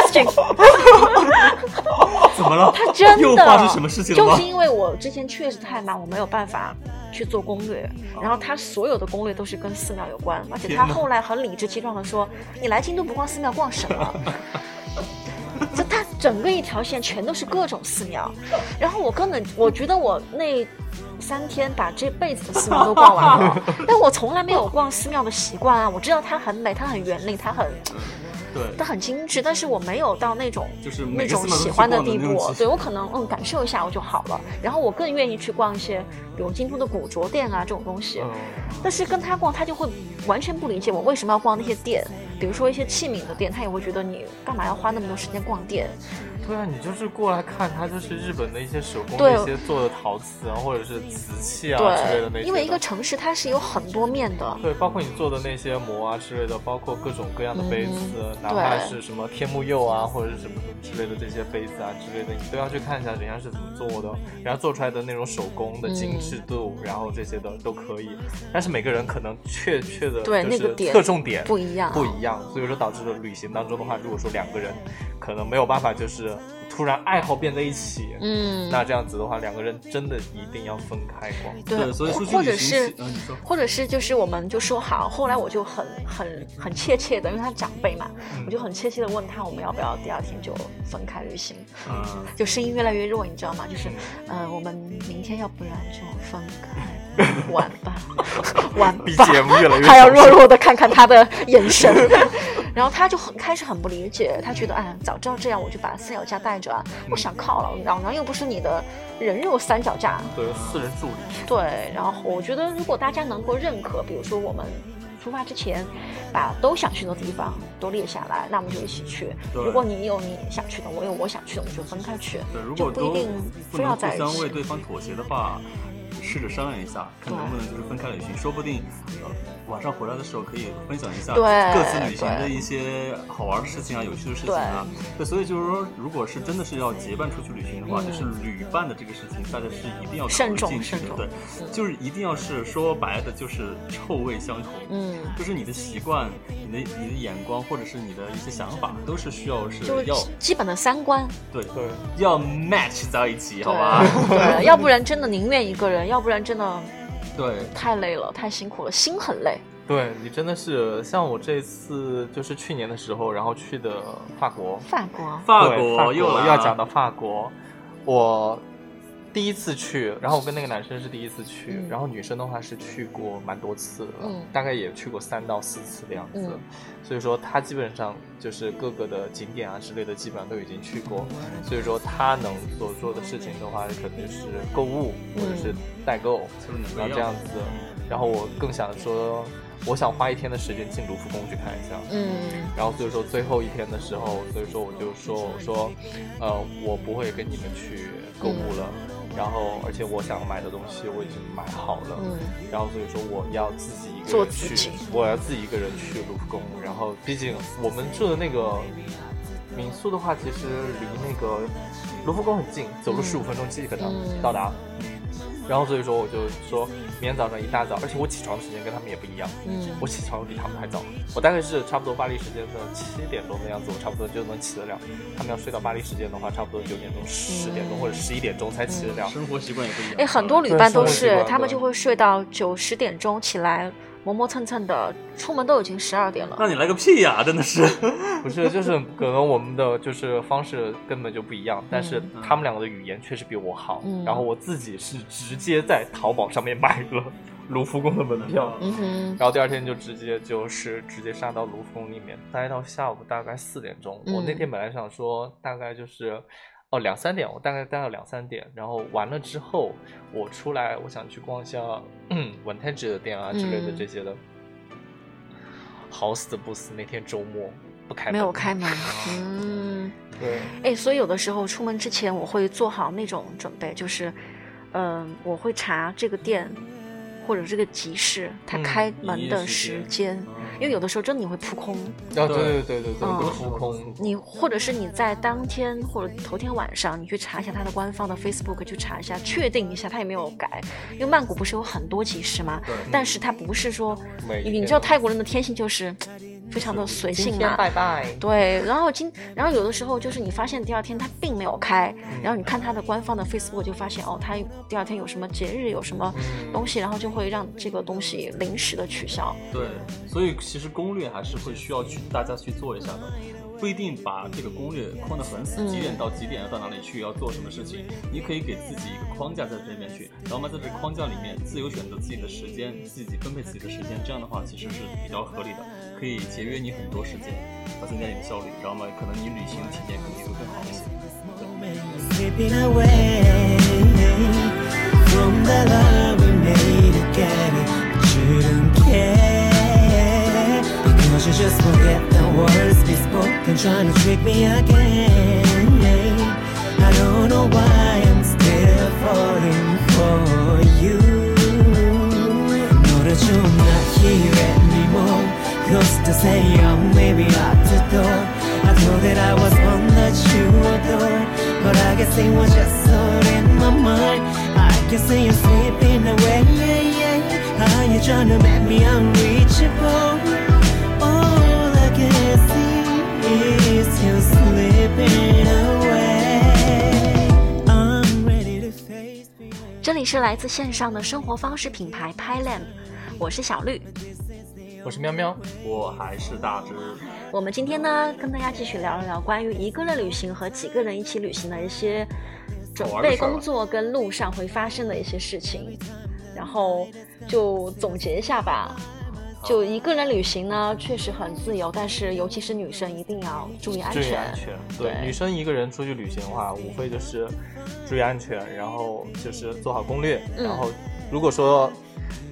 怎么了？ 他真的又发生什么事情了吗？ 就是因为我之前确实太忙，我没有办法去做攻略，然后他所有的攻略都是跟寺庙有关，而且他后来很理直气壮的说：“你来京都不逛寺庙，逛什么？”就他整个一条线全都是各种寺庙，然后我根本我觉得我那三天把这辈子的寺庙都逛完了，但我从来没有逛寺庙的习惯啊。我知道它很美，它很园林，它很。 对， 它很精致，但是我没有到那种就是那种喜欢的地步。对，我可能嗯感受一下我就好了。然后我更愿意去逛一些，比如京都的古着店啊这种东西。 嗯、 但是跟他逛，他就会完全不理解我为什么要逛那些店，比如说一些器皿的店，他也会觉得你干嘛要花那么多时间逛店。 对啊，你就是过来看它，就是日本的一些手工的一些做的陶瓷啊，或者是瓷器啊之类的那些。 因为一个城市它是有很多面的。 对，包括你做的那些膜啊之类的，包括各种各样的杯子，嗯、哪怕是什么天目釉啊，或者是什么之类的这些杯子啊之类的，你都要去看一下人家是怎么做的，然后做出来的那种手工的精致度，嗯、然后这些的都可以。但是每个人可能确确的就是侧重点不一样， 不一样，所以说导致了旅行当中的话，如果说两个人可能没有办法就是突然爱好变在一起， 嗯， 那这样子的话，两个人真的一定要分开逛。 对， 所以出去或者是、 啊、 或者是就是我们就说好，后来我就很很很切切的，因为他长辈嘛，嗯、我就很切切的问他，我们要不要第二天就分开旅行？ 嗯， 就声音越来越弱，你知道吗？就是，嗯、呃，我们明天要不然就分开玩吧，玩吧。 B G M 越来越， 还要弱弱的看看他的眼神。然后他就很开始很不理解，他觉得哎，早知道这样我就把四脚架带着啊，嗯、我想靠了，然后又不是你的人肉三脚架， 对，私人助理。 对，然后我觉得如果大家能够认可，比如说我们出发之前，把都想去的地方都列下来，那我们就一起去。如果你有你想去的，我有我想去的，我们就分开去。 对，如就果都不一定不非要能互相在一起。 为对方妥协的话，试着商量一下，看能不能就是分开旅行，说不定呃晚上回来的时候可以分享一下对各自旅行的一些好玩的事情啊、有趣的事情啊。对，所以就是说，如果是真的是要结伴出去旅行的话， 嗯就是旅伴的这个事情，大家是一定要考慎重虑进去的。 慎重对，就是一定要是说白的，就是臭味相投。 嗯， 就是你的习惯、你的你的眼光，或者是你的一些想法，都是需要是就要基本的三观。 对对要 match 在一起，好吧？ 对，要不然真的宁愿一个人，要不然真的对， 太累了，太辛苦了，心很累。 对，你真的是像我这次就是去年的时候，然后去的法国， 法国， 法对法国国又来又要讲到法国，我第一次去，然后我跟那个男生是第一次去， 嗯然后女生的话是去过蛮多次了， 嗯大概也去过三到四次的样子， 嗯所以说他基本上就是各个的景点啊之类的基本上都已经去过，所以说他能所做的事情的话，可能是购物或者是代购，然后这样子，然后我更想说。我想花一天的时间进卢浮宫去看一下， 嗯， 然后所以说最后一天的时候，所以说我就说我说，呃，我不会跟你们去购物了， 嗯、 然后而且我想买的东西我已经买好了， 嗯， 然后所以说我要自己一个做人去自己， 我要自己一个人去卢浮宫，然后毕竟我们住的那个民宿的话，其实离那个卢浮宫很近，走路十五分钟即可到嗯到达。然后所以说我就说明天早上一大早，而且我起床的时间跟他们也不一样， 嗯， 我起床比他们还早，我大概是差不多巴黎时间的七点钟的样子，我差不多就能起得了。他们要睡到巴黎时间的话，差不多九点钟、十点钟或者十一点钟才起得了。 生活习惯也不一样。 哎，很多旅伴都对生活习惯， 是他们就会睡到九十点钟起来，磨磨蹭蹭的，出门都已经十二点了。 那你来个屁呀！真的是， 不是，就是可能我们的就是方式根本就不一样，但是他们两个的语言确实比我好。 嗯、 然后我自己是直接在淘宝上面买了卢浮宫的门票， 嗯哼， 然后第二天就直接就是直接杀到卢浮宫里面，待到下午大概四点钟。 嗯、 我那天本来想说大概就是哦两三点，我大概待到两三点，然后完了之后我出来，我想去逛一下文泰治的店啊之类的这些的。嗯、好死不死那天周末不开门， 没有开门。嗯， 对。 哎，所以有的时候出门之前我会做好那种准备，就是嗯、呃，我会查这个店或者这个集市它开门的时间。嗯因为有的时候真的你会扑空， 哦，对对对对对， 嗯、 会扑空。 你或者是你在当天或者头天晚上，你去查一下它的官方的 Facebook， 去查一下，确定一下它有没有改。因为曼谷不是有很多集市吗？但是它不是说，你知道泰国人的天性就是非常的随性嘛， 拜拜。 对，然后今然后有的时候就是你发现第二天它并没有开，嗯、然后你看它的官方的 Facebook 就发现哦，它第二天有什么节日有什么东西，然后就会让这个东西临时的取消。 对，所以。其实攻略还是会需要去大家去做一下的，不一定把这个攻略框得很死，几点到几点要到哪里去，要做什么事情，你可以给自己一个框架在这边去，然后嘛，在这个框架里面自由选择自己的时间，自己分配自己的时间，这样的话其实是比较合理的，可以节约你很多时间，和增加你的效率，然后嘛，可能你旅行的体验肯定会更好一些。 You just forget the words we spoke and trying to trick me again. I don't know why I'm still falling for you. Know that you're not here anymore. Close to say I'm maybe out the door. I thought that I was one that you adored, but I guess it was just all in my mind. I can see you slipping away. How you trying to make me unreachable? All I can see is you slipping away. I'm ready to face me. 这里是来自线上的生活方式品牌 Pylam， 我是小绿， 我是喵喵， 我还是大只。 我们今天呢，跟大家继续聊一聊关于一个人旅行和几个人一起旅行的一些准备工作跟路上会发生的一些事情，然后就总结一下吧。就一个人旅行呢，确实很自由，但是尤其是女生一定要注意安全。 注意安全，对，对女生一个人出去旅行的话，无非就是注意安全，然后就是做好攻略，嗯、然后如果说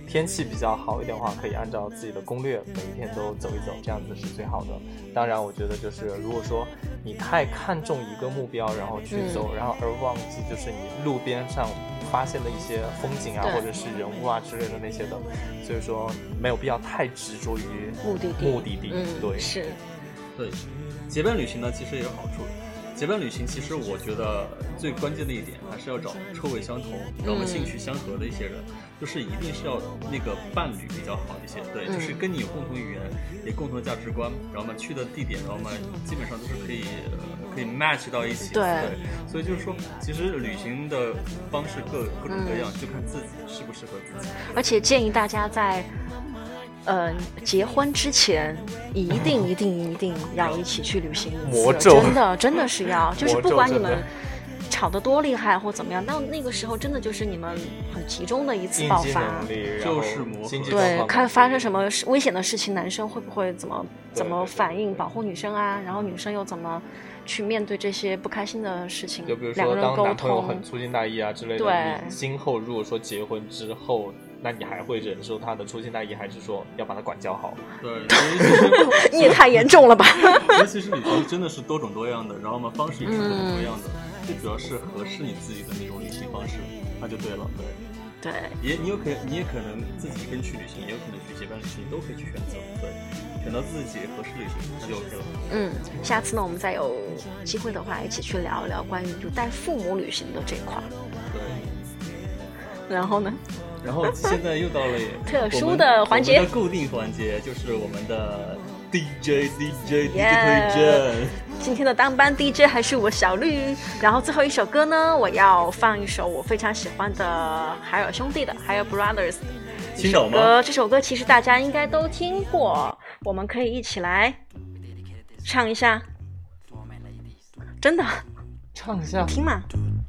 天气比较好一点的话，可以按照自己的攻略每一天都走一走，这样子是最好的。当然我觉得就是如果说你太看重一个目标然后去走、嗯、然后而忘记就是你路边上发现的一些风景啊或者是人物啊之类的那些的，所以说没有必要太执着于目的地目的地、 嗯、 对， 是， 对，结伴旅行呢其实也有好处。结伴旅行其实我觉得最关键的一点还是要找臭味相同然后我们兴趣相合的一些人、嗯、就是一定是要那个伴侣比较好一些，对、嗯、就是跟你有共同语言也共同价值观，然后我们去的地点然后我们基本上都是可以、呃、可以 match 到一起， 对, 对，所以就是说其实旅行的方式各各种各样、嗯、就看自己适不适合自己， 而且建议大家在呃，结婚之前一定一定一定要一起去旅行一次， 魔咒真的真的是要，就是不管你们吵得多厉害或怎么样，到那个时候真的就是你们很集中的一次爆发， 就是磨合， 对，看发生什么危险的事情，男生会不会怎么怎么反应，保护女生啊，然后女生又怎么去面对这些不开心的事情， 就比如说当男朋友很粗心大意啊之类的， 对， 你今后如果说结婚之后那你还会忍受他的粗心大意，还是说要把他管教好？ 对， 你也太严重了吧！ 尤其是旅行真的是多种多样的，然后嘛方式也是多种多样的，最、嗯、主要是合适你自己的那种旅行方式，那就对了。 对， 对，也你有可你也可能自己跟去旅行，也有可能去结伴旅行，都可以去选择。对，选到自己合适旅行，那就 OK 了。 嗯，下次呢，我们再有机会的话，一起去聊一聊关于就带父母旅行的这一块。 对。 然后呢？ 然后现在又到了特殊的环节， 我们的固定环节就是我们的 D J D J D J 推荐。 今天的当班 D J 还是我小绿。然后最后一首歌呢，我要放一首我非常喜欢的海尔兄弟的 Higher Brothers 青岛吗？ 歌，这首歌其实大家应该都听过，我们可以一起来唱一下。真的， 唱一下， 听嘛。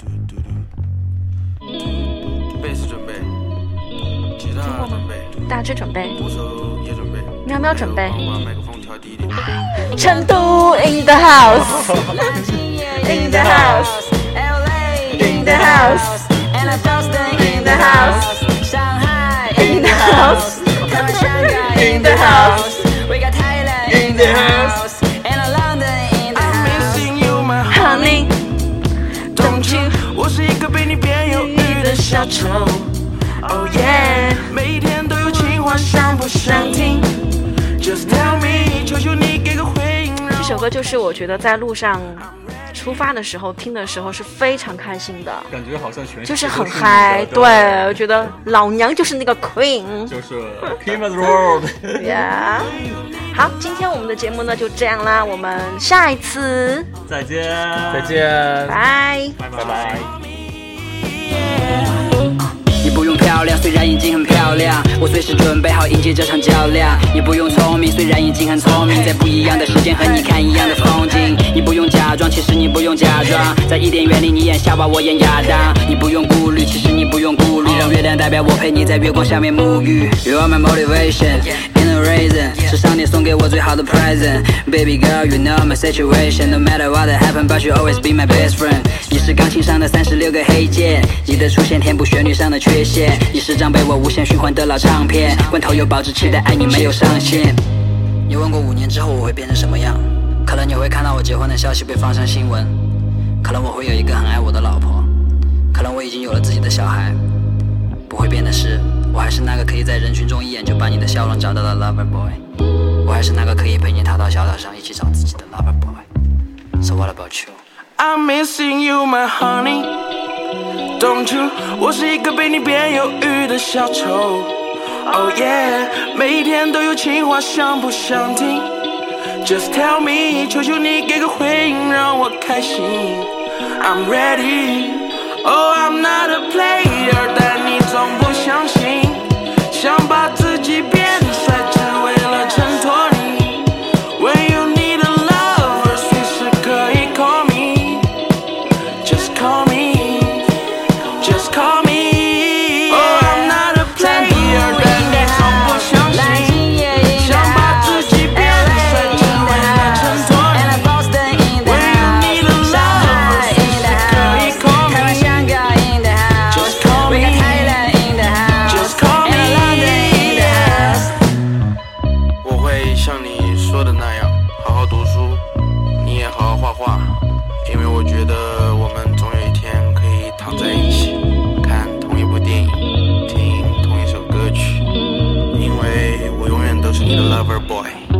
贝斯准备，吉他准备， 大致准备， 鼓手也准备， 喵喵准备。 把麦克风调低一点。 成都 in the house in the house in the house in the house 上海 in the house in the house we got Thailand in the house and London in the house I'm missing you my honey don't you 我是一个被你变忧郁的小丑 Oh yeah 每天都有情话想不想听 Just tell me 求求你给个回应。 这首歌就是我觉得在路上出发的时候听的时候是非常开心的， 感觉好像全就是很嗨。对，我觉得老娘就是那个 Queen， 就是 King of the World yeah 好，今天我们的节目呢就这样啦，我们下一次再见再见， 拜拜拜拜。 你不用漂亮，虽然已经很漂亮，我随时准备好迎接这场较量。你不用聪明，虽然已经很聪明，在不一样的时间和你看一样的风景。你不用假装，其实你不用假装，在伊甸园里你演夏娃，我演亚当。你不用顾虑，其实你不用顾虑，让月亮代表我陪你在月光下面沐浴。You are my motivation, in a reason， 是上帝送给我最好的 present。Baby girl, you know my situation, no matter what happened, but you always be my best friend。你是钢琴上的三十六个黑键，你的出现填补旋律上的缺陷。你是张被我无限循环的老唱片，罐头有保质期的爱你没有上限。你问过五年之后我会变成什么样？可能你会看到我结婚的消息被放上新闻，可能我会有一个很爱我的老婆，可能我已经有了自己的小孩。不会变的是，我还是那个可以在人群中一眼就把你的笑容找到的 lover boy， 我还是那个可以陪你踏到小岛上一起找自己的 lover boy。 So what about you? I'm missing you my honey Don't you 我是一个被你变忧郁的小丑 Oh yeah 每天都有情话想不想听 Just tell me 求求你给个回应让我开心 I'm ready Oh I'm not a player 但你总不相信想把自己变帅只为了衬托你 When you need a lover 随时可以 call me Just call me Just call me Oh I'm not a player 但你总不相信想把自己变帅只为了衬托你 When you need a lover 随时可以 call me Just call me Just call me 会我永远都是你的 lover boy。